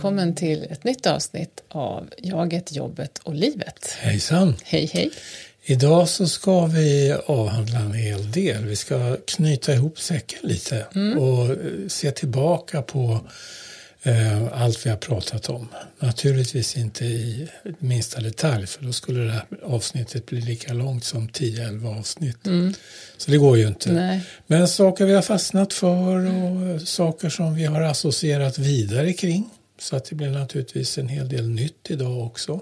välkommen till ett nytt avsnitt av Jaget, jobbet och livet. Hejsan! Hej, hej! Idag så ska vi avhandla en hel del. Vi ska knyta ihop säcken lite och se tillbaka på allt vi har pratat om. Naturligtvis inte i minsta detalj, för då skulle det här avsnittet bli lika långt som 10-11 avsnitt. Så det går ju inte. Nej. Men saker vi har fastnat för och saker som vi har associerat vidare kring. Så att det blir naturligtvis en hel del nytt idag också.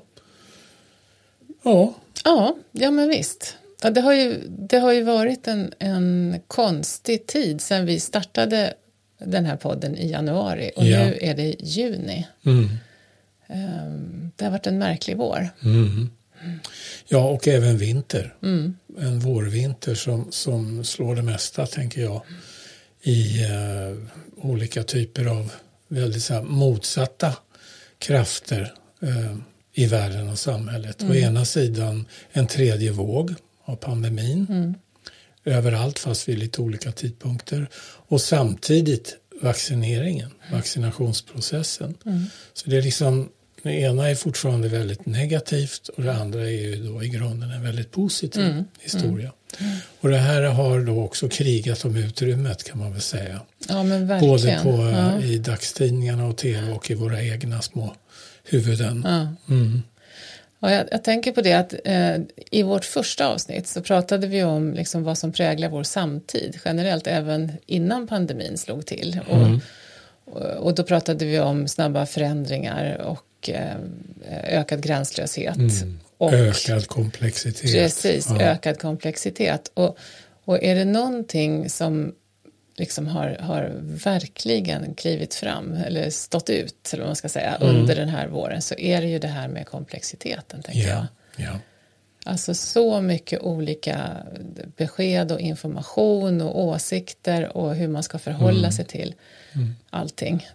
Ja, men visst. Ja, det har ju varit en konstig tid sedan vi startade den här podden i januari. Och nu är det juni. Det har varit en märklig vår. Ja, och även vinter. En vårvinter som slår det mesta, tänker jag, i olika typer av väldigt så här motsatta krafter i världen och samhället. Å ena sidan en tredje våg av pandemin. Överallt, fast vid lite olika tidpunkter. Och samtidigt vaccinationsprocessen. Så det är liksom, det ena är fortfarande väldigt negativt och det andra är ju då i grunden en väldigt positiv historia. Och det här har då också krigat om utrymmet, kan man väl säga. Ja, men verkligen. Både i dagstidningarna och tv och i våra egna små huvuden. Ja, jag tänker på det att i vårt första avsnitt så pratade vi om liksom vad som präglar vår samtid generellt, även innan pandemin slog till. Och då pratade vi om snabba förändringar och ökad gränslöshet. Och ökad komplexitet. Precis, ökad komplexitet. Och är det någonting som liksom har verkligen klivit fram eller stått ut, eller vad man ska säga, under den här våren, så är det ju det här med komplexiteten, tänker jag. Ja. Alltså så mycket olika besked och information och åsikter och hur man ska förhålla sig till allting.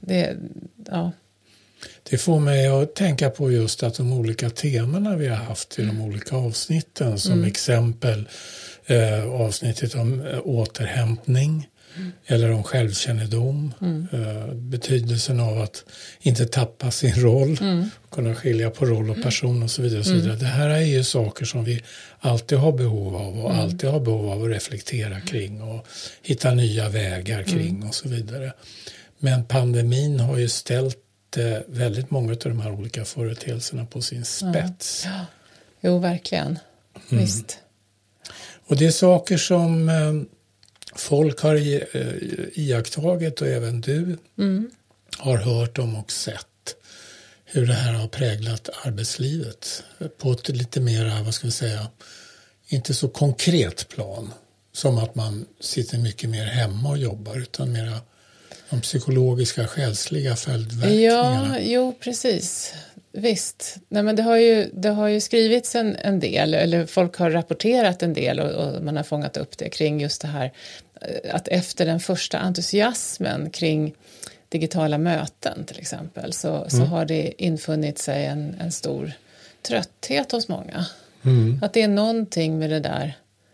Det får mig att tänka på just att de olika temana vi har haft i de olika avsnitten, som exempel avsnittet om återhämtning, eller om självkännedom, betydelsen av att inte tappa sin roll, kunna skilja på roll och person och så vidare. Och så vidare. Det här är ju saker som vi alltid har behov av och alltid har behov av att reflektera kring och hitta nya vägar kring och så vidare. Men pandemin har ju ställt väldigt många av de här olika företeelserna på sin spets. Ja. Jo, verkligen. Visst. Och det är saker som folk har iakttagit, och även du har hört om och sett hur det här har präglat arbetslivet på ett lite mer, vad ska vi säga, inte så konkret plan, som att man sitter mycket mer hemma och jobbar, utan mera de psykologiska, själsliga följdverkningarna. Ja, precis. Visst. Nej, men det har ju skrivits en del, eller folk har rapporterat en del och man har fångat upp det kring just det här att efter den första entusiasmen kring digitala möten till exempel så har det infunnit sig en stor trötthet hos många. Att det är någonting med det där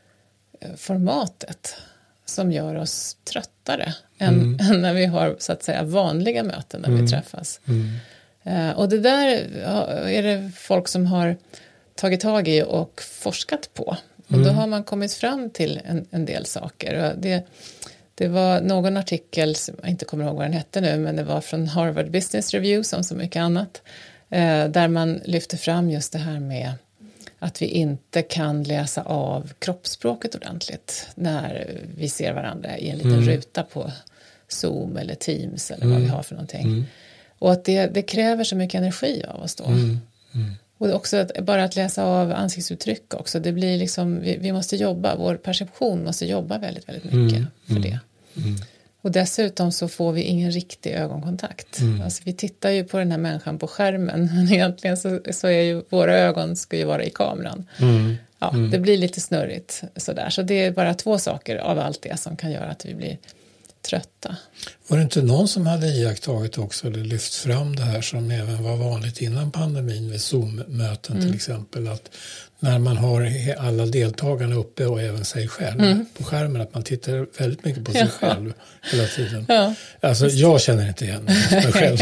formatet som gör oss tröttare än när vi har, så att säga, vanliga möten där vi träffas. Och det där är det folk som har tagit tag i och forskat på. Och då har man kommit fram till en del saker. Det var någon artikel, som jag inte kommer ihåg vad den hette nu, men det var från Harvard Business Review, som så mycket annat, där man lyfte fram just det här med att vi inte kan läsa av kroppsspråket ordentligt när vi ser varandra i en liten ruta på Zoom eller Teams eller vad vi har för någonting. Och att det kräver så mycket energi av oss då. Och också bara att läsa av ansiktsuttryck också. Det blir liksom, vi måste jobba, vår perception måste jobba väldigt, väldigt mycket för det. Och dessutom så får vi ingen riktig ögonkontakt. Alltså vi tittar ju på den här människan på skärmen, men egentligen så är ju våra ögon ska ju vara i kameran. Det blir lite snurrigt sådär. Så det är bara 2 saker av allt det som kan göra att vi blir trötta. Var det inte någon som hade iakttagit också eller lyft fram det här som även var vanligt innan pandemin vid Zoom-möten till exempel, att när man har alla deltagarna uppe och även sig själv på skärmen, att man tittar väldigt mycket på sig själv hela tiden. Ja, alltså jag känner inte igen mig själv.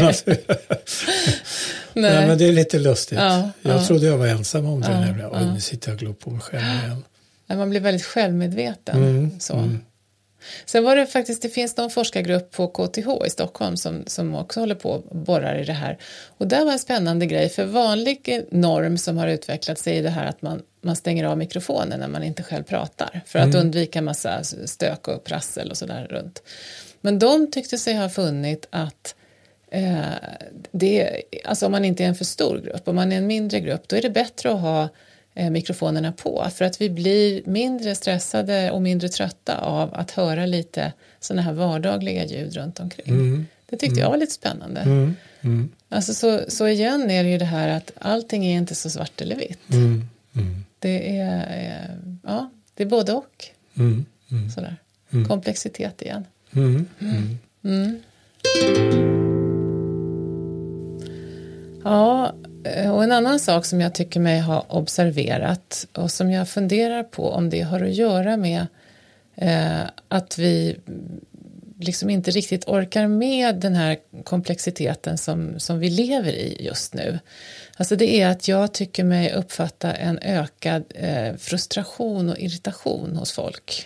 Nej, men det är lite lustigt. Jag trodde jag var ensam om det nämligen. Och nu sitter jag och glor på mig själv igen. Man blir väldigt självmedveten. Sen var det faktiskt, det finns någon forskargrupp på KTH i Stockholm som också håller på och borrar i det här. Och där var en spännande grej, för vanlig norm som har utvecklat sig i det här att man stänger av mikrofonen när man inte själv pratar. För att undvika massa stök och prassel och sådär runt. Men de tyckte sig ha funnit att alltså om man inte är en för stor grupp, om man är en mindre grupp, då är det bättre att ha mikrofonerna på, för att vi blir mindre stressade och mindre trötta av att höra lite sådana här vardagliga ljud runt omkring. Det tyckte jag var lite spännande. Alltså så igen är det ju det här att allting är inte så svart eller vitt. Det är både och. Sådär. Komplexitet igen. Ja, och en annan sak som jag tycker mig ha observerat och som jag funderar på om det har att göra med att vi liksom inte riktigt orkar med den här komplexiteten som vi lever i just nu. Alltså det är att jag tycker mig uppfatta en ökad frustration och irritation hos folk.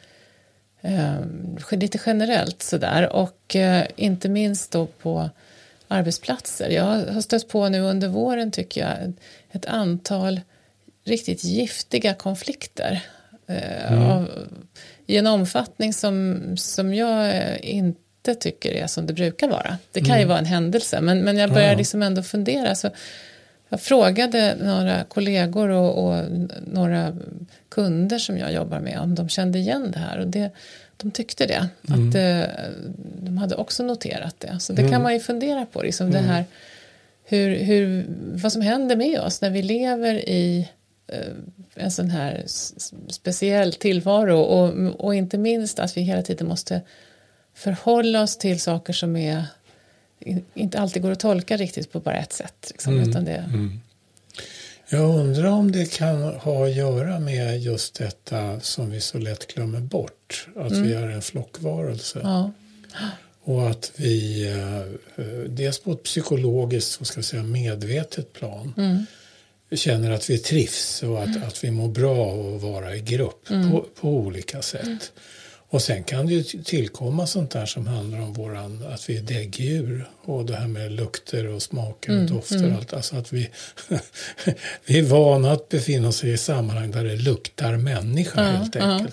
Lite generellt sådär, och inte minst då på arbetsplatser. Jag har stött på nu under våren, tycker jag, ett antal riktigt giftiga konflikter i en omfattning som jag inte tycker är som det brukar vara. Det kan ju vara en händelse, men jag börjar liksom ändå fundera. Så jag frågade några kollegor och några kunder som jag jobbar med om de kände igen det här, och de tyckte det, att de hade också noterat det. Så det kan man ju fundera på, liksom det här vad som händer med oss när vi lever i en sån här speciell tillvaro, och inte minst att vi hela tiden måste förhålla oss till saker som inte alltid går att tolka riktigt på bara ett sätt. Liksom, utan det... Jag undrar om det kan ha att göra med just detta som vi så lätt glömmer bort. Att vi är en flockvarelse. Ja. Och att vi, dels på ett psykologiskt, så ska jag säga, medvetet plan, känner att vi trivs och att vi mår bra att vara i grupp på olika sätt. Och sen kan det ju tillkomma sånt där som handlar om att vi är däggdjur, och det här med lukter och smaker och dofter och allt. Alltså att vi är vana att befinna oss i sammanhang där det luktar människa helt enkelt.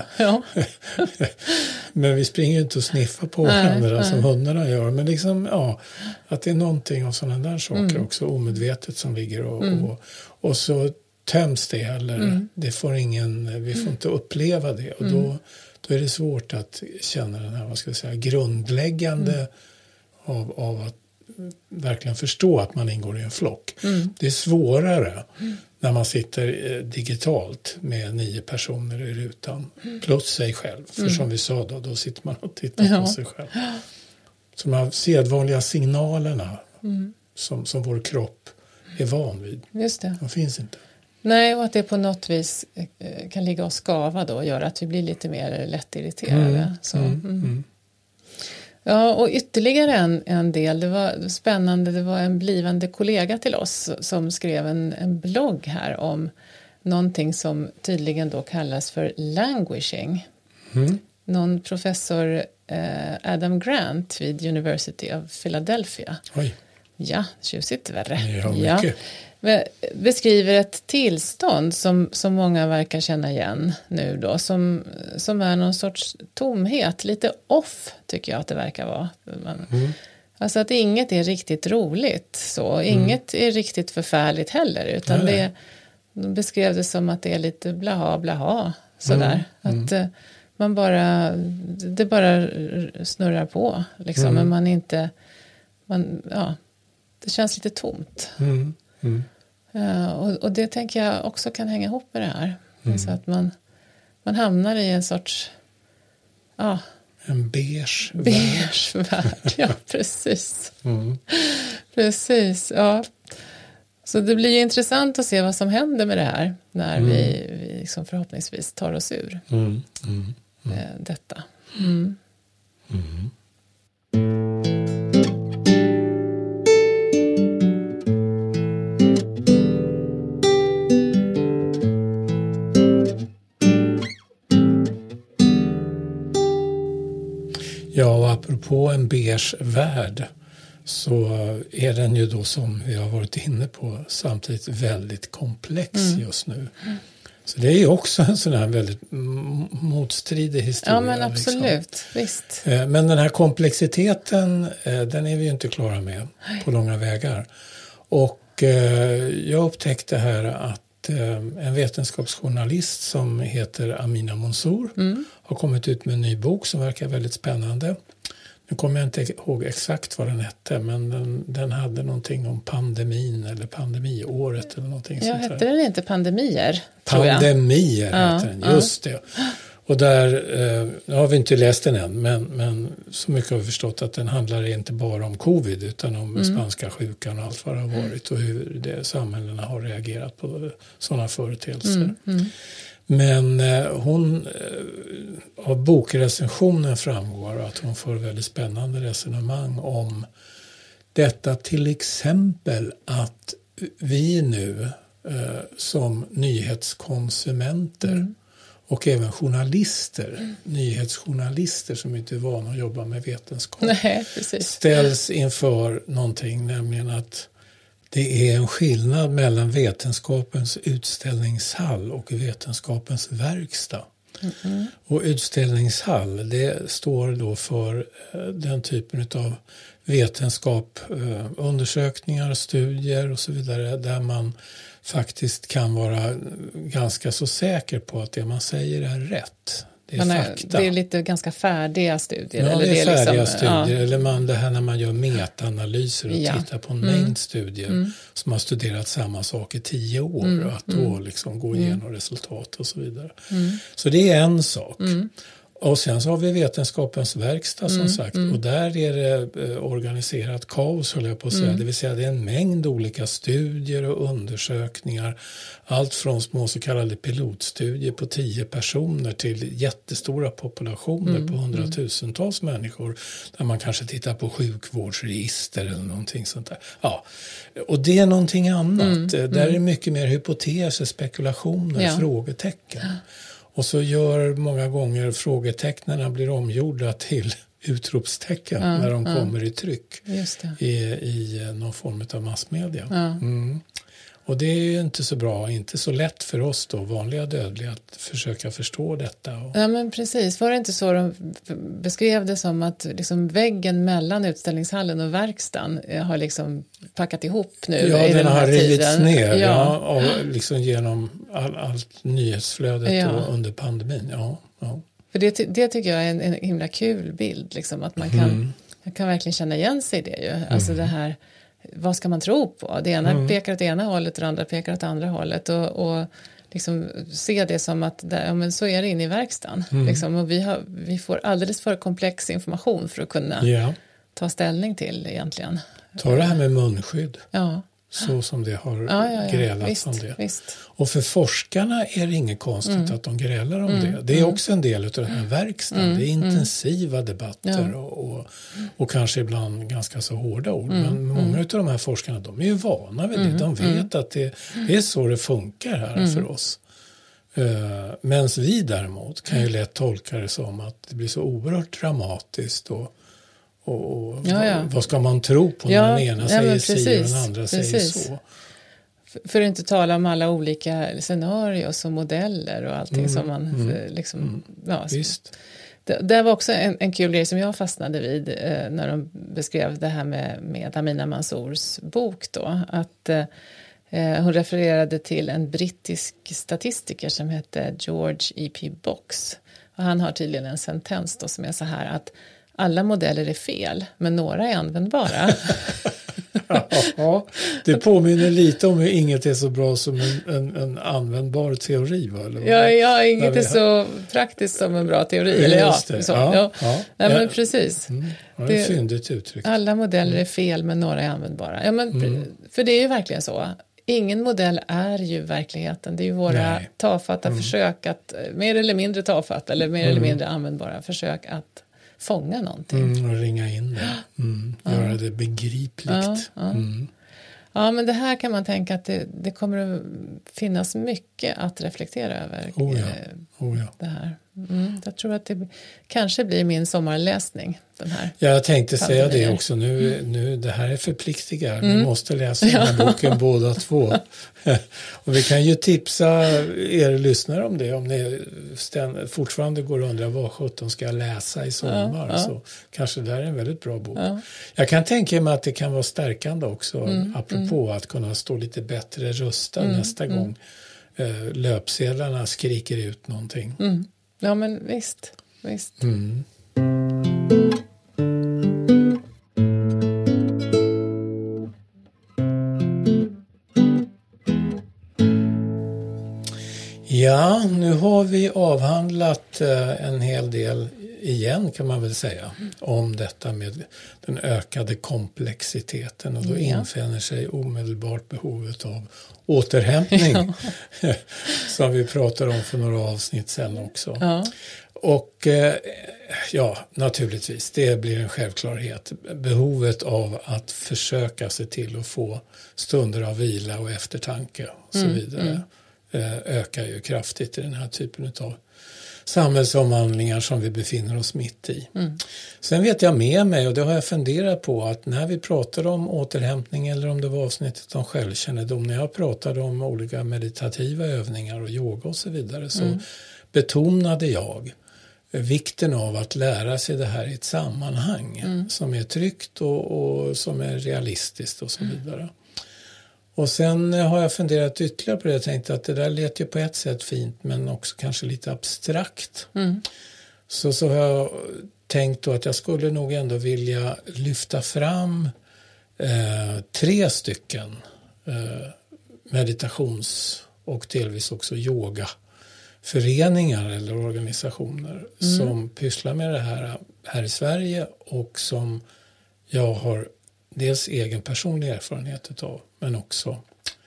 Men vi springer ju inte och sniffar på varandra som hundarna gör. Men liksom, att det är någonting av sådana där saker också omedvetet som ligger och så töms det, eller det får vi får inte uppleva det, och då är det svårt att känna den här, vad ska jag säga, grundläggande av att verkligen förstå att man ingår i en flock. Det är svårare när man sitter digitalt med 9 personer i rutan plus sig själv. För som vi sa då sitter man och tittar på sig själv. Så de här sedvanliga signalerna som vår kropp är van vid, just det. De finns inte. Nej, och att det på något vis kan ligga och skava då och göra att vi blir lite mer lättirriterade. Ja, och ytterligare en del, det var spännande, det var en blivande kollega till oss som skrev en blogg här om någonting som tydligen då kallas för languishing. Någon professor, Adam Grant vid University of Philadelphia. Oj. Ja, tjusigt värre. Ja, mycket. Beskriver ett tillstånd som många verkar känna igen nu då, som är någon sorts tomhet, lite off tycker jag att det verkar vara. Alltså att inget är riktigt roligt, så inget är riktigt förfärligt heller, utan de beskrev det som att det är lite blaha sådär, att det bara snurrar på liksom, men det känns lite tomt. Och det tänker jag också kan hänga ihop med det här. Så att man hamnar i en sorts En beige värld. Beige värld, ja precis. Precis, ja. Så det blir ju intressant att se vad som händer med det här när vi liksom förhoppningsvis tar oss ur detta. Ja, och apropå en beige värld så är den ju då, som vi har varit inne på, samtidigt väldigt komplex just nu. Så det är ju också en sån här väldigt motstridig historia. Ja, men absolut, visst. Men den här komplexiteten, den är vi ju inte klara med på långa vägar. Och jag upptäckte här att en vetenskapsjournalist som heter Amina Mansour har kommit ut med en ny bok som verkar väldigt spännande. Nu kommer jag inte ihåg exakt vad den hette, men den hade någonting om pandemin eller pandemiåret eller någonting sånt där. Hette den inte pandemier? Pandemier heter den, just det. Och där, nu har vi inte läst den än, men så mycket har vi förstått att den handlar inte bara om covid utan om spanska sjukan och allt vad det har varit och hur samhällena har reagerat på sådana företeelser. Men av bokrecensionen framgår att hon får väldigt spännande resonemang om detta, till exempel att vi nu som nyhetskonsumenter och även journalister, nyhetsjournalister som inte är vana att jobba med vetenskap, ställs inför någonting, nämligen att det är en skillnad mellan vetenskapens utställningshall och vetenskapens verkstad. Och utställningshall, det står då för den typen av vetenskap, undersökningar, studier och så vidare, där man faktiskt kan vara ganska så säker på att det man säger är rätt. Det är fakta. Det är lite ganska färdiga studier. Ja, eller det är färdiga liksom, studier. Eller det här när man gör metaanalyser och tittar på en mängd studier som har studerat samma sak i 10 år. Och att då liksom gå igenom resultat och så vidare. Så det är en sak. Och sen så har vi vetenskapens verkstad som sagt. Och där är det organiserat kaos, håller jag på att säga. Det vill säga det är en mängd olika studier och undersökningar. Allt från små så kallade pilotstudier på 10 personer till jättestora populationer på 100,000-tals människor. Där man kanske tittar på sjukvårdsregister eller någonting sånt där. Ja, och det är någonting annat. Där är det mycket mer hypoteser, spekulationer, frågetecken. Och så gör många gånger frågetecknarna blir omgjorda till utropstecken när de kommer i tryck i någon form av massmedia. Och det är ju inte så bra, inte så lätt för oss då, vanliga dödliga, att försöka förstå detta. Ja, men precis. Var det inte så de beskrev det som att liksom väggen mellan utställningshallen och verkstaden har liksom packat ihop nu i den här tiden? Ja, den har rivits ner och liksom genom allt nyhetsflödet under pandemin. För det tycker jag är en himla kul bild, liksom, att man kan verkligen känna igen sig i det ju. Alltså det här, vad ska man tro på? Det ena pekar åt ena hållet och det andra pekar åt andra hållet. Och liksom se det som att men så är det inne i verkstaden. Liksom, och vi får alldeles för komplex information för att kunna ta ställning till egentligen. Ta det här med munskydd. Så som det har grälats om det. Visst. Och för forskarna är det inget konstigt att de grälar om det. Det är också en del av den här verkstaden. Det är intensiva debatter och kanske ibland ganska så hårda ord. Men många av de här forskarna, de är ju vana vid det. De vet att det är så det funkar här för oss. Medan vi däremot kan ju lätt tolka det som att det blir så oerhört dramatiskt och vad ska man tro på när den ena säger si och den andra säger så. För att inte tala om alla olika scenarios och modeller och allting som man liksom... Visst. Det var också en kul grej som jag fastnade vid när de beskrev det här med Amina Mansours bok då. Att hon refererade till en brittisk statistiker som hette George E.P. Box. Och han har tydligen en sentens då som är så här att alla modeller är fel, men några är användbara. Ja, det påminner lite om hur inget är så bra som en användbar teori. Va? Eller ja, inget är så praktiskt som en bra teori. Eller men precis. Det är ett fyndigt uttryck. Alla modeller är fel, men några är användbara. Ja, men, för det är ju verkligen så. Ingen modell är ju verkligheten. Det är ju våra tafatta försök att, mer eller mindre tafatta eller mer eller mindre användbara försök att fånga någonting. Och ringa in det. Göra det begripligt. Ja, men det här kan man tänka att det kommer att finnas mycket att reflektera över. Det här. Jag tror att det kanske blir min sommarläsning. Den här. Ja, jag tänkte säga det också. Nu, det här är förpliktigar. Ni måste läsa den här boken båda två. Och vi kan ju tipsa er lyssnare om det. Om ni fortfarande går och undrar vad 17 ska jag läsa i sommar. Så kanske det här är en väldigt bra bok. Jag kan tänka mig att det kan vara stärkande också. Apropå att kunna stå lite bättre rustad nästa gång löpsedlarna skriker ut någonting. Ja, men visst. Ja, nu har vi avhandlat en hel del igen kan man väl säga om detta med den ökade komplexiteten och då infinner sig omedelbart behovet av återhämtning som vi pratade om för några avsnitt sedan också. Och naturligtvis, det blir en självklarhet. Behovet av att försöka se till att få stunder av vila och eftertanke och så vidare ökar ju kraftigt i den här typen av samhällsomvandlingar som vi befinner oss mitt i. Sen vet jag med mig, och det har jag funderat på, att när vi pratar om återhämtning eller om det var avsnittet om självkännedom, när jag pratade om olika meditativa övningar och yoga och så vidare, så betonade jag vikten av att lära sig det här i ett sammanhang som är tryggt och som är realistiskt och så vidare. Och sen har jag funderat ytterligare på det. Jag tänkte att det där lät ju på ett sätt fint men också kanske lite abstrakt. Så har jag tänkt då att jag skulle nog ändå vilja lyfta fram 3 stycken meditations- och delvis också yogaföreningar eller organisationer som pysslar med det här i Sverige och som jag har dels egen personlig erfarenhet utav men också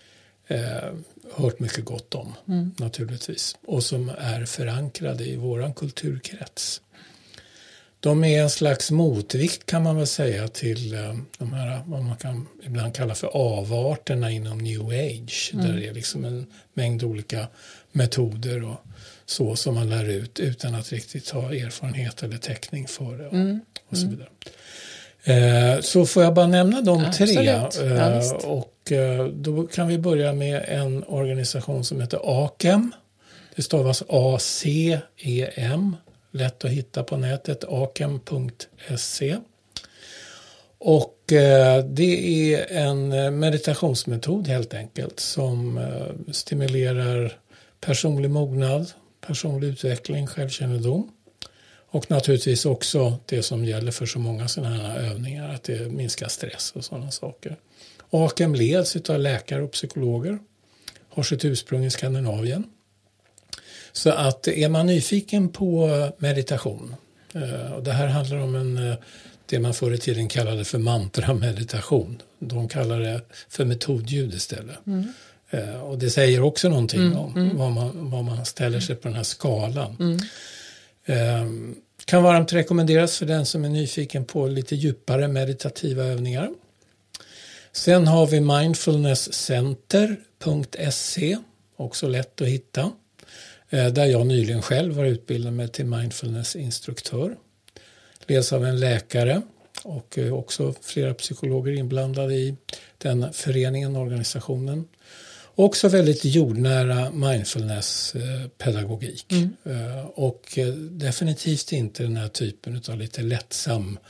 hört mycket gott om naturligtvis och som är förankrade i våran kulturkrets. De är en slags motvikt kan man väl säga till de här vad man kan ibland kalla för avarterna inom New Age där det är liksom en mängd olika metoder och så som man lär ut utan att riktigt ha erfarenhet eller täckning för det och så vidare. Så får jag bara nämna de 3 och då kan vi börja med en organisation som heter ACEM. Det stavas ACEM, lätt att hitta på nätet, acem.se. Och det är en meditationsmetod helt enkelt som stimulerar personlig mognad, personlig utveckling, självkännedom. Och naturligtvis också det som gäller för så många sådana här övningar, att det minskar stress och sådana saker. ACEM leds av läkare och psykologer, har sitt ursprung i Skandinavien. Så att är man nyfiken på meditation, och det här handlar om det man förr i tiden kallade för mantra-meditation. De kallar det för metodljud istället. Och det säger också någonting om vad man ställer sig på den här skalan. Kan varmt rekommenderas för den som är nyfiken på lite djupare meditativa övningar. Sen har vi mindfulnesscenter.se, också lätt att hitta. Där jag nyligen själv var utbildad mig till mindfulnessinstruktör. Leds av en läkare och också flera psykologer inblandade i den föreningen, organisationen. Också väldigt jordnära mindfulness-pedagogik. Och definitivt inte den här typen av lite lättsam,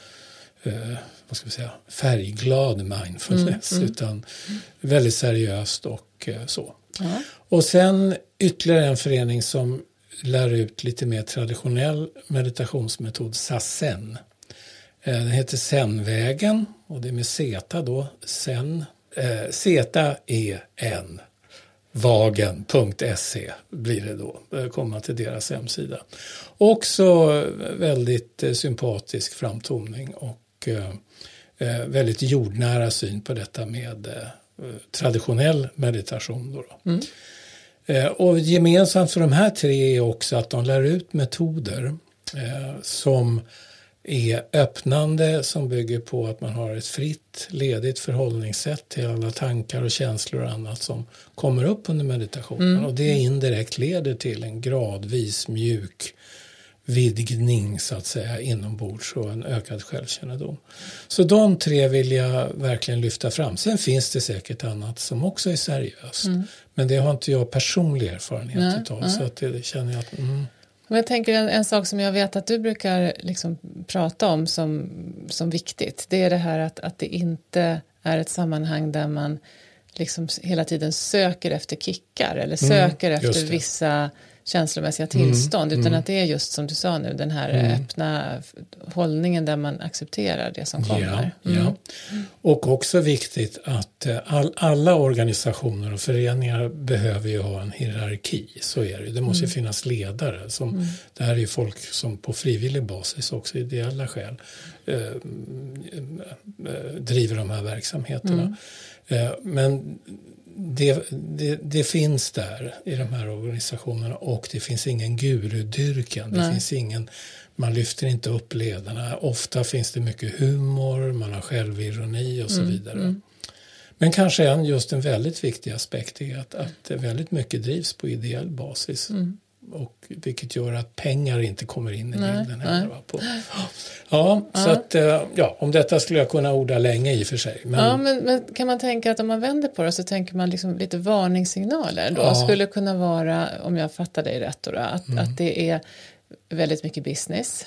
färgglad mindfulness. Utan väldigt seriöst och så. Och sen ytterligare en förening som lär ut lite mer traditionell meditationsmetod, Sazen. Den heter Zen-vägen och det är med Zeta då, Zen, Z-E-N, vagen.se blir det då, komma till deras hemsida. Också väldigt sympatisk framtoning och väldigt jordnära syn på detta med traditionell meditation då. Och gemensamt för de här tre är också att de lär ut metoder som är öppnande, som bygger på att man har ett fritt, ledigt förhållningssätt till alla tankar och känslor och annat som kommer upp under meditationen. Och det indirekt leder till en gradvis mjuk vidgning så att säga inombords och en ökad självkännedom. Så de tre vill jag verkligen lyfta fram. Sen finns det säkert annat som också är seriöst. Men det har inte jag personlig erfarenhet av. Så att det känner jag att... Men jag tänker en sak som jag vet att du brukar liksom prata om som viktigt. Det är det här att det inte är ett sammanhang där man liksom hela tiden söker efter kickar. Eller söker efter vissa känslomässiga tillstånd. Utan att det är just som du sa nu, den här öppna hållningen där man accepterar det som kommer. Ja. Och också viktigt att alla organisationer och föreningar behöver ju ha en hierarki. Så är det. Det måste ju finnas ledare. Det här är ju folk som på frivillig basis, också ideella skäl, driver de här verksamheterna. Men det finns där i de här organisationerna och det finns ingen gurudyrkan. Det finns ingen, man lyfter inte upp ledarna. Ofta finns det mycket humor, man har självironi och så vidare. Men kanske just en väldigt viktig aspekt är att väldigt mycket drivs på ideell basis. Och vilket gör att pengar inte kommer in i bilden heller. Så att om detta skulle jag kunna orda länge i och för sig. Men kan man tänka att om man vänder på det så tänker man liksom lite varningssignaler då skulle kunna vara, om jag fattar dig rätt då, att det är väldigt mycket business.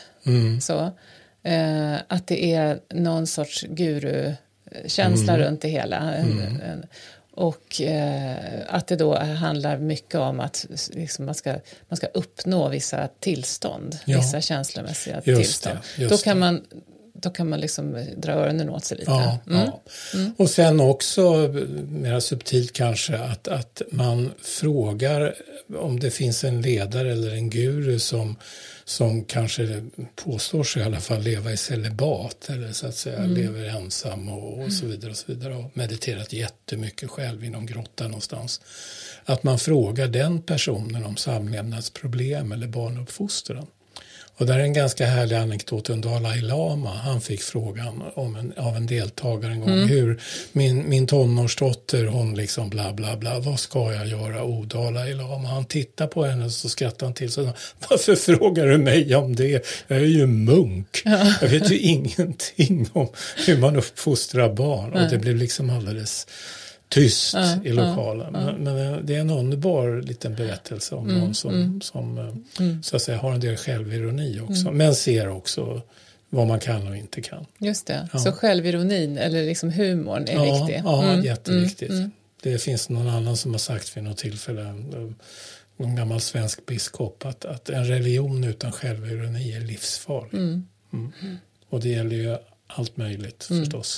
Att det är någon sorts guru-känsla runt det hela. Och att det då handlar mycket om att liksom man ska uppnå vissa tillstånd, vissa känslomässiga tillstånd. Då kan man liksom dra öronen åt sig lite. Och sen också mer subtilt kanske att man frågar om det finns en ledare eller en guru som kanske påstår sig i alla fall leva i celibat eller så att säga lever ensam och så vidare och mediterat jättemycket själv i någon grotta någonstans. Att man frågar den personen om samlevnadsproblem eller barnuppfostran. Och där är en ganska härlig anekdot om Dalai Lama. Han fick frågan av en deltagare en gång. Hur min tonårsdotter, hon liksom bla bla bla. Vad ska jag göra? Dalai Lama. Han tittar på henne och så skrattar han till. Så, varför frågar du mig om det? Jag är ju munk. Jag vet ju ingenting om hur man uppfostrar barn. Och det blev liksom alldeles tyst i lokalen. Men det är en underbar liten berättelse om någon som så att säga har en del självironi också. Men ser också vad man kan och inte kan. Just det. Så självironin eller liksom humorn är viktig. Ja, jätteviktigt. Det finns någon annan som har sagt vid något tillfälle, en gammal svensk biskop, att en religion utan självironi är livsfarlig. Och det gäller ju allt möjligt förstås.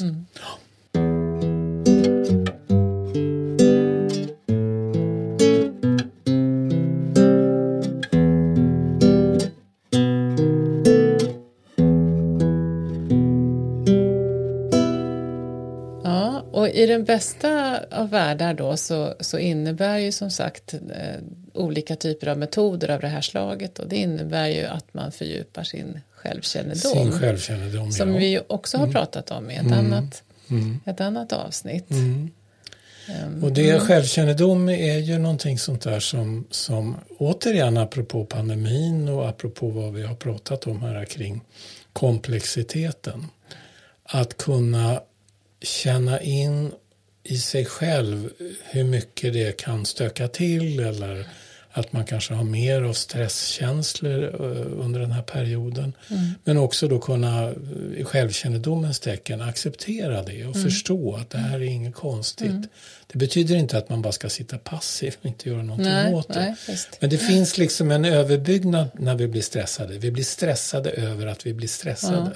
I den bästa av världar då så innebär ju som sagt olika typer av metoder av det här slaget, och det innebär ju att man fördjupar sin självkännedom. Som vi ju också har pratat om i ett annat avsnitt. Och det självkännedom är ju någonting sånt där som återigen apropå pandemin och apropå vad vi har pratat om här kring komplexiteten. Att kunna känna in i sig själv hur mycket det kan stöka till, eller att man kanske har mer av stresskänslor under den här perioden. Men också då kunna i självkännedomens tecken acceptera det och förstå att det här är inget konstigt. Det betyder inte att man bara ska sitta passiv och inte göra någonting åt det. Men det finns liksom en överbyggnad när vi blir stressade. Vi blir stressade över att vi blir stressade.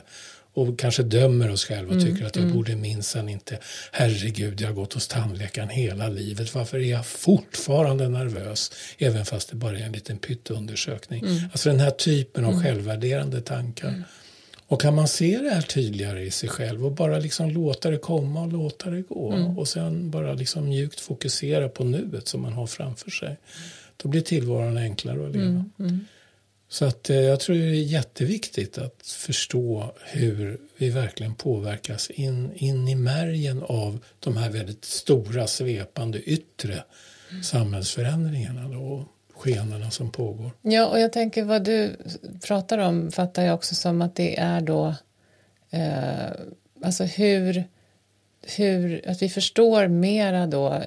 och kanske dömer oss själva och tycker att jag borde minsann inte, herregud, jag har gått hos tandläkaren hela livet, varför är jag fortfarande nervös även fast det bara är en liten pytteundersökning. Alltså den här typen av självvärderande tankar. Och kan man se det här tydligare i sig själv och bara liksom låta det komma och låta det gå och sen bara liksom mjukt fokusera på nuet som man har framför sig, då blir tillvaron enklare att leva. Så att jag tror det är jätteviktigt att förstå hur vi verkligen påverkas in i märgen av de här väldigt stora, svepande yttre samhällsförändringarna och skenorna som pågår. Ja, och jag tänker vad du pratar om fattar jag också som att det är då alltså hur att vi förstår mera då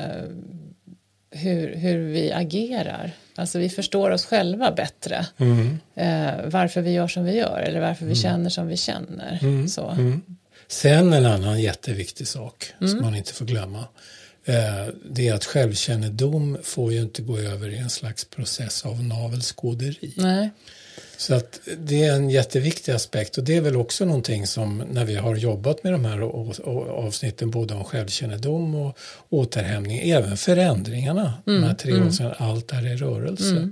hur vi agerar. Alltså vi förstår oss själva bättre. Varför vi gör som vi gör eller varför vi känner som vi känner. Så. Sen en annan jätteviktig sak som man inte får glömma. Det är att självkännedom får ju inte gå över i en slags process av navelskåderi. Nej. Så att det är en jätteviktig aspekt och det är väl också någonting som när vi har jobbat med de här avsnitten både om självkännedom och återhämtning, även förändringarna, de här 3 åren, allt är i rörelse.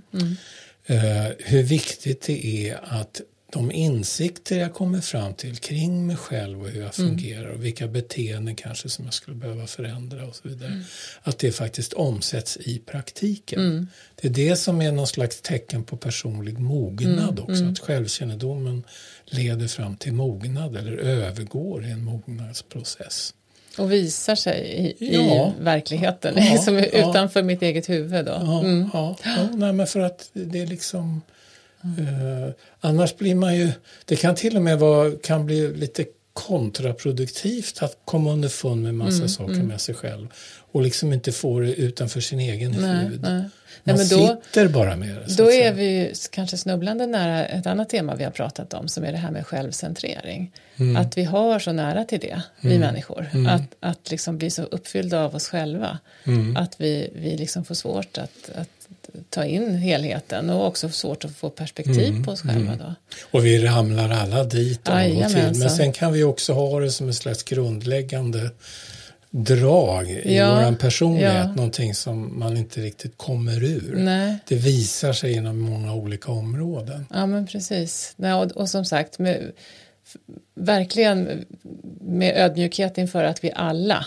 Hur viktigt det är att de insikter jag kommer fram till kring mig själv och hur jag fungerar och vilka beteenden kanske som jag skulle behöva förändra och så vidare. Att det faktiskt omsätts i praktiken. Det är det som är någon slags tecken på personlig mognad också. Att självkännedomen leder fram till mognad eller övergår i en mognadsprocess. Och visar sig i verkligheten liksom utanför mitt eget huvud då. Nej, men för att det är liksom... annars blir man ju, det kan till och med kan bli lite kontraproduktivt att komma underfund med massa saker med sig själv och liksom inte få det utanför sin egen huvud. Man men sitter bara med det. Då är vi ju kanske snubblande nära ett annat tema vi har pratat om som är det här med självcentrering. Att vi har så nära till det, vi människor. Att liksom bli så uppfyllda av oss själva. Att vi liksom får svårt att ta in helheten och också svårt att få perspektiv på oss själva då. Och vi ramlar alla dit av och till. Men sen kan vi också ha det som en slags grundläggande drag i våran personlighet, någonting som man inte riktigt kommer ur. Nej. Det visar sig inom många olika områden. Ja, men precis. Och som sagt, verkligen med ödmjukhet inför att vi alla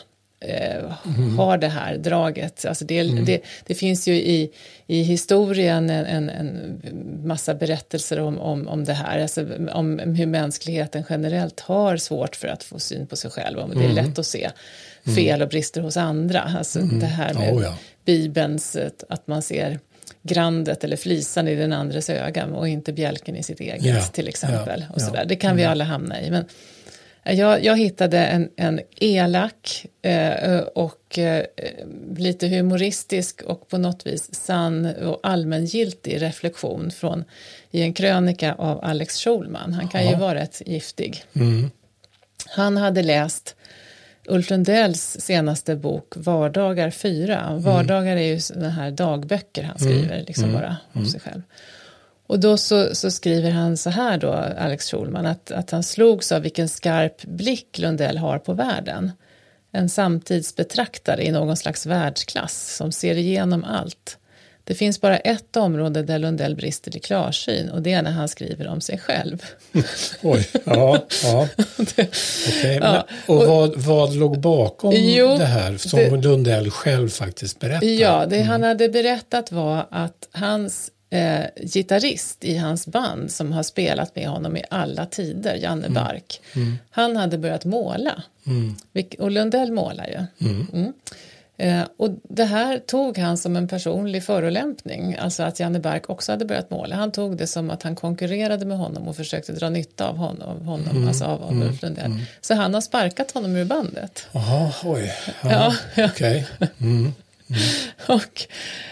har det här draget. Alltså det finns ju i historien en massa berättelser om det här. Alltså om hur mänskligheten generellt har svårt för att få syn på sig själv. Och det är lätt att se fel och brister hos andra. Alltså det här med Bibelns, att man ser grandet eller flisan i den andres öga och inte bjälken i sitt eget till exempel. Och sådär. Det kan vi alla hamna i. Men jag hittade en elak och lite humoristisk och på något vis sann och allmängiltig reflektion i en krönika av Alex Schulman. Han kan ju vara rätt giftig. Han hade läst Ulf Lundells senaste bok Vardagar 4. Vardagar är ju såna här dagböcker han skriver liksom bara om sig själv. Och då så skriver han så här då, Alex Schulman, att han slogs av vilken skarp blick Lundell har på världen. En samtidsbetraktare i någon slags världsklass som ser igenom allt. Det finns bara ett område där Lundell brister i klarsyn och det är när han skriver om sig själv. Oj, ja. Okej, och vad låg bakom det här som Lundell själv faktiskt berättade? Ja, det han hade berättat var att hans gitarrist i hans band som har spelat med honom i alla tider, Janne Bark, han hade börjat måla. Och Lundell målar ju. Och det här tog han som en personlig förolämpning, alltså att Janne Bark också hade börjat måla. Han tog det som att han konkurrerade med honom och försökte dra nytta av honom alltså av Ulf Lundell. Så han har sparkat honom ur bandet. Jaha, oj. Ja. Okej. Och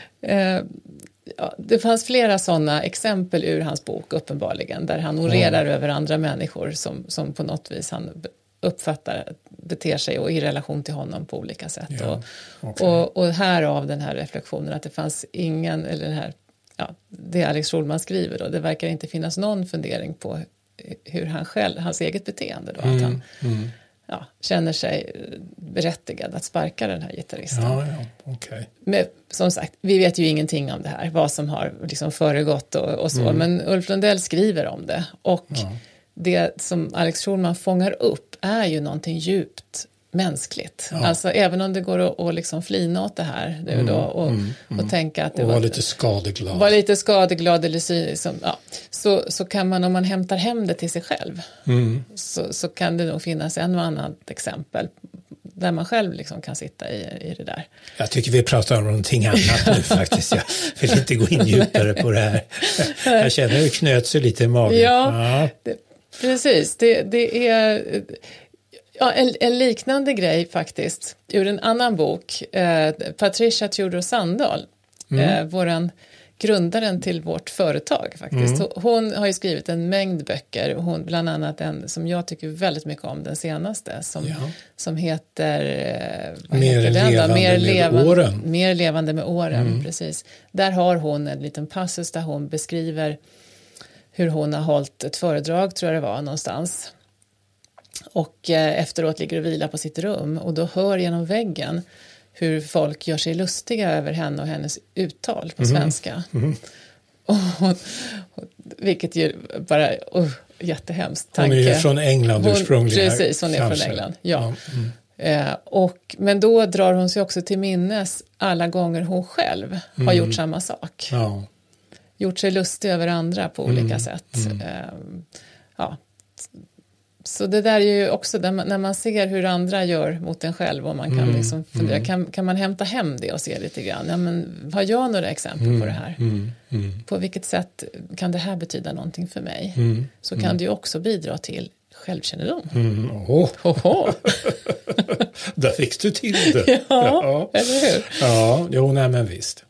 det fanns flera sådana exempel ur hans bok uppenbarligen, där han orerar över andra människor som på något vis han uppfattar beter sig och i relation till honom på olika sätt. Och här av den här reflektionen att det fanns ingen, eller det Alex Schulman skriver då, det verkar inte finnas någon fundering på hur hans eget beteende då, att han känner sig berättigad att sparka den här gitarristen. Ja, okay. Men som sagt, vi vet ju ingenting om det här, vad som har liksom föregått och så, men Ulf Lundell skriver om det, och det som Alex Schulman fångar upp är ju någonting djupt mänskligt. Ja. Alltså även om det går att liksom flina åt det här nu då, och tänka att det var lite skadeglad. Var lite skadeglad eller liksom, så kan man, om man hämtar hem det till sig själv, så kan det nog finnas en och annan exempel där man själv liksom kan sitta i det där. Jag tycker vi pratar om någonting annat nu faktiskt. Jag vill inte gå in djupare på det här. Jag känner hur det knöt sig lite i magen. Ja. Precis. Det är en liknande grej faktiskt ur en annan bok. Patricia Tudor Sandahl, våran grundaren till vårt företag faktiskt. Hon har ju skrivit en mängd böcker. Hon, bland annat en som jag tycker väldigt mycket om, den senaste, som heter Mer levande med åren. Precis. Där har hon en liten passus där hon beskriver hur hon har hållit ett föredrag, tror jag det var, någonstans. Och efteråt ligger och vilar på sitt rum, och då hör genom väggen hur folk gör sig lustiga över henne och hennes uttal på svenska. Vilket ju bara jättehemskt tanke. Hon är ju från England ursprungligen. Precis, hon är från England. Ja. Men då drar hon sig också till minnes alla gånger hon själv har gjort samma sak. Ja. Gjort sig lustig över andra på olika sätt. Så det där är ju också när man ser hur andra gör mot en själv, och man kan liksom fundera, kan man hämta hem det och se lite grann, men har jag några exempel på det här? På vilket sätt kan det här betyda någonting för mig? Så kan det ju också bidra till självkännedom. Där fick du till det. Ja, eller hur? Ja, jo, nej, men visst.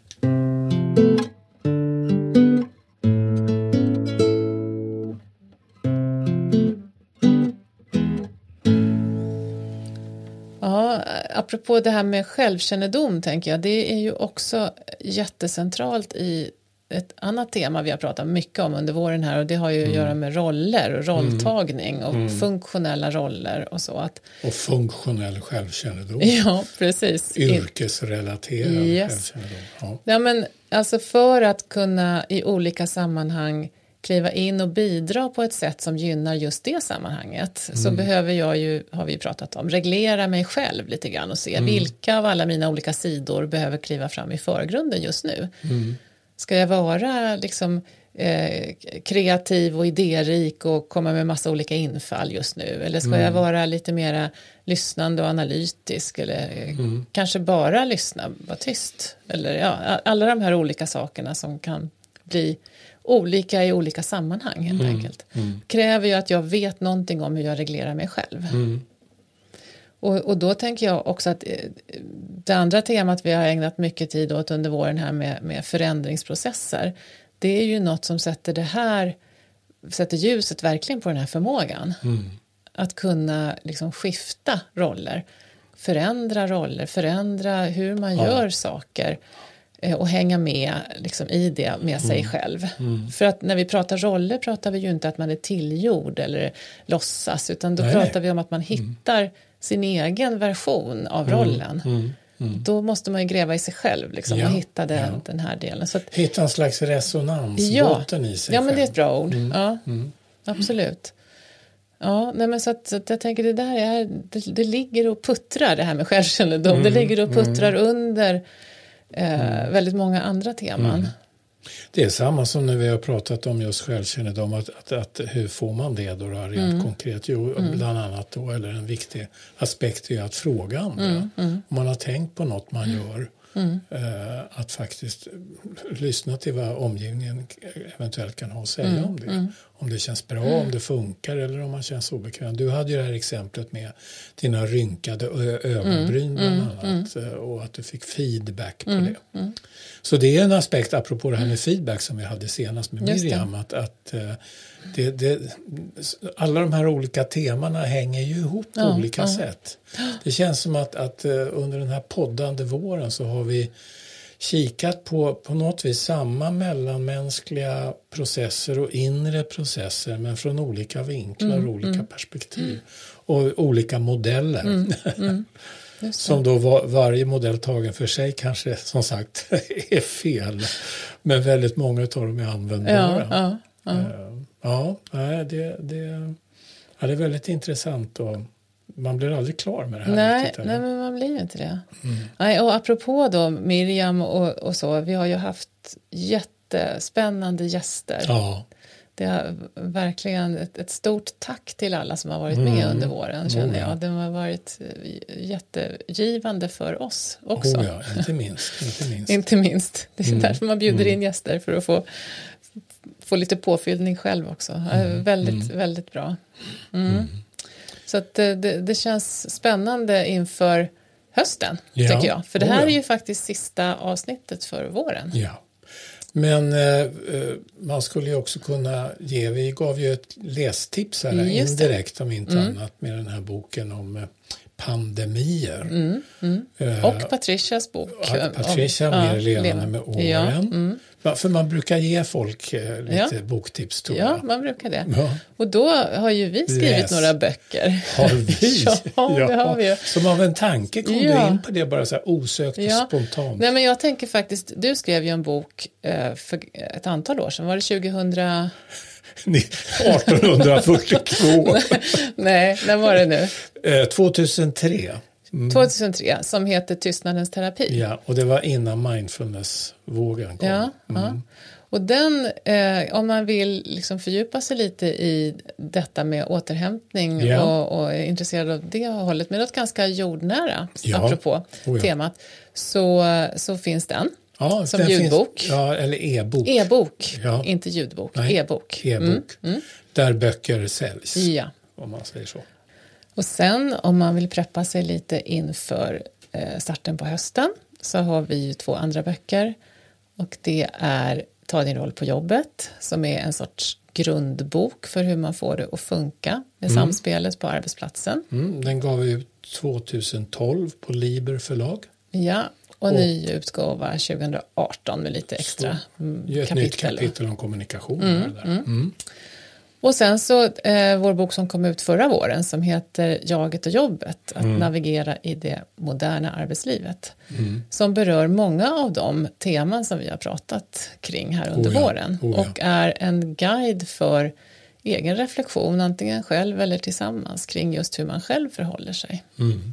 Apropå det här med självkännedom, tänker jag, det är ju också jättecentralt i ett annat tema vi har pratat mycket om under våren här, och det har ju att göra med roller och rolltagning och funktionella roller och så. Och funktionell självkännedom. Ja, precis. Yrkesrelaterad självkännedom. Ja, men alltså för att kunna i olika sammanhang kliva in och bidra på ett sätt som gynnar just det sammanhanget, så behöver jag ju, har vi pratat om, reglera mig själv lite grann och se vilka av alla mina olika sidor behöver kliva fram i förgrunden just nu. Ska jag vara liksom kreativ och idérik och komma med massa olika infall just nu, eller ska jag vara lite mera lyssnande och analytisk, eller kanske bara lyssna, vara tyst, eller alla de här olika sakerna som kan bli olika i olika sammanhang helt enkelt. Kräver ju att jag vet någonting om hur jag reglerar mig själv. Och då tänker jag också att det andra temat vi har ägnat mycket tid åt under våren här med förändringsprocesser, det är ju något som sätter ljuset verkligen på den här förmågan. Att kunna liksom skifta roller, förändra hur man gör saker, och hänga med liksom i det med sig själv. För att när vi pratar roller pratar vi ju inte att man är tillgjord eller låtsas, utan då pratar vi om att man hittar sin egen version av rollen. Då måste man ju gräva i sig själv liksom, och hitta den här delen. Så att, hitta en slags resonansbotten i sig själv. Ja, men det är ett bra ord. Absolut. Ja, nej, men så att jag tänker det ligger och puttrar, det här med självkännedom. Det ligger och puttrar under väldigt många andra teman. Det är samma som när vi har pratat om just självkännedom, att hur får man det då rent konkret? Jo, bland annat då, eller en viktig aspekt är att fråga andra. Om man har tänkt på något man gör, att faktiskt lyssna till vad omgivningen eventuellt kan ha att säga om det. Om det känns bra, om det funkar, eller om man känns obekväm. Du hade ju det här exemplet med dina rynkade ögonbryn bland annat, och att du fick feedback på det. Så det är en aspekt, apropå det här med feedback som vi hade senast med Miriam, att alla de här olika temana hänger ju ihop på olika sätt. Det känns som att under den här poddande våren så har vi kikat på något vis samma mellanmänskliga processer och inre processer, men från olika vinklar och olika perspektiv och olika modeller. Som då varje modell tagen för sig kanske som sagt är fel, men väldigt många av dem är användbara. Det är väldigt intressant och man blir aldrig klar med det här. Nej, men man blir ju inte det. Nej, och apropå då Miriam och så, vi har ju haft jättespännande gäster. Ja. Det är verkligen ett stort tack till alla som har varit med under våren, känner jag. Det har varit jättegivande för oss också. Oh ja, inte minst. Inte minst. Det är därför man bjuder in gäster, för att få lite påfyllning själv också. Väldigt, väldigt bra. Så att det känns spännande inför hösten, tycker jag. För det här är ju faktiskt sista avsnittet för våren. Ja. Men man skulle ju också kunna vi gav ju ett lästips här indirekt om inte annat med den här boken om pandemier. Och Patricias bok. Patricia mer levande med åren. För man brukar ge folk lite boktips, tror jag. Ja, man brukar det. Ja. Och då har ju vi skrivit några böcker. Har vi? Ja, det har vi. Som av en tanke kom du in på det bara så här osökt och spontant. Nej, men jag tänker faktiskt, du skrev ju en bok för ett antal år sedan. Var det 1842. Nej, när var det nu? 2003. 2003, som heter Tystnadens terapi. Ja, och det var innan mindfulness-vågen kom. Ja. Och den, om man vill liksom fördjupa sig lite i detta med återhämtning och är intresserad av det hållet, med något ganska jordnära, apropå temat, så finns den. Ja, som ljudbok. Eller e-bok. E-bok, inte ljudbok. Nej, e-bok. Där böcker säljs, om man säger så. Och sen om man vill preppa sig lite inför starten på hösten, så har vi ju 2 andra böcker. Och det är Ta din roll på jobbet, som är en sorts grundbok för hur man får det att funka med samspelet på arbetsplatsen. Den gav ut 2012 på Liber förlag. Ja, och ny utgåva 2018 med lite extra kapitel. Ett nytt kapitel om kommunikation. Och sen så vår bok som kom ut förra våren, som heter Jaget och jobbet, att navigera i det moderna arbetslivet. Som berör många av de teman som vi har pratat kring här under våren. Och är en guide för egen reflektion, antingen själv eller tillsammans, kring just hur man själv förhåller sig.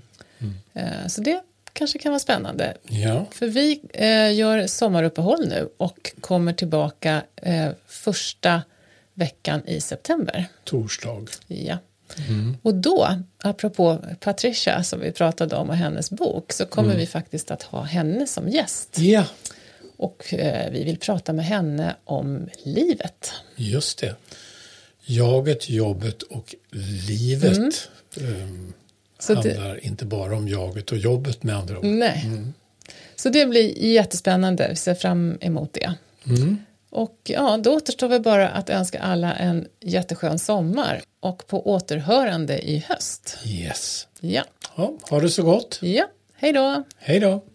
Så det kanske kan vara spännande. Ja. För vi gör sommaruppehåll nu och kommer tillbaka första veckan i september. Torsdag. Ja. Och då, apropå Patricia som vi pratade om och hennes bok, så kommer vi faktiskt att ha henne som gäst. Ja. Och vi vill prata med henne om livet. Just det. Jaget, jobbet och livet handlar inte bara om jaget och jobbet, med andra ord. Nej. Så det blir jättespännande. Vi ser fram emot det. Och då återstår vi bara att önska alla en jätteskön sommar och på återhörande i höst. Yes. Ja. Ha det så gott. Ja, hej då. Hej då.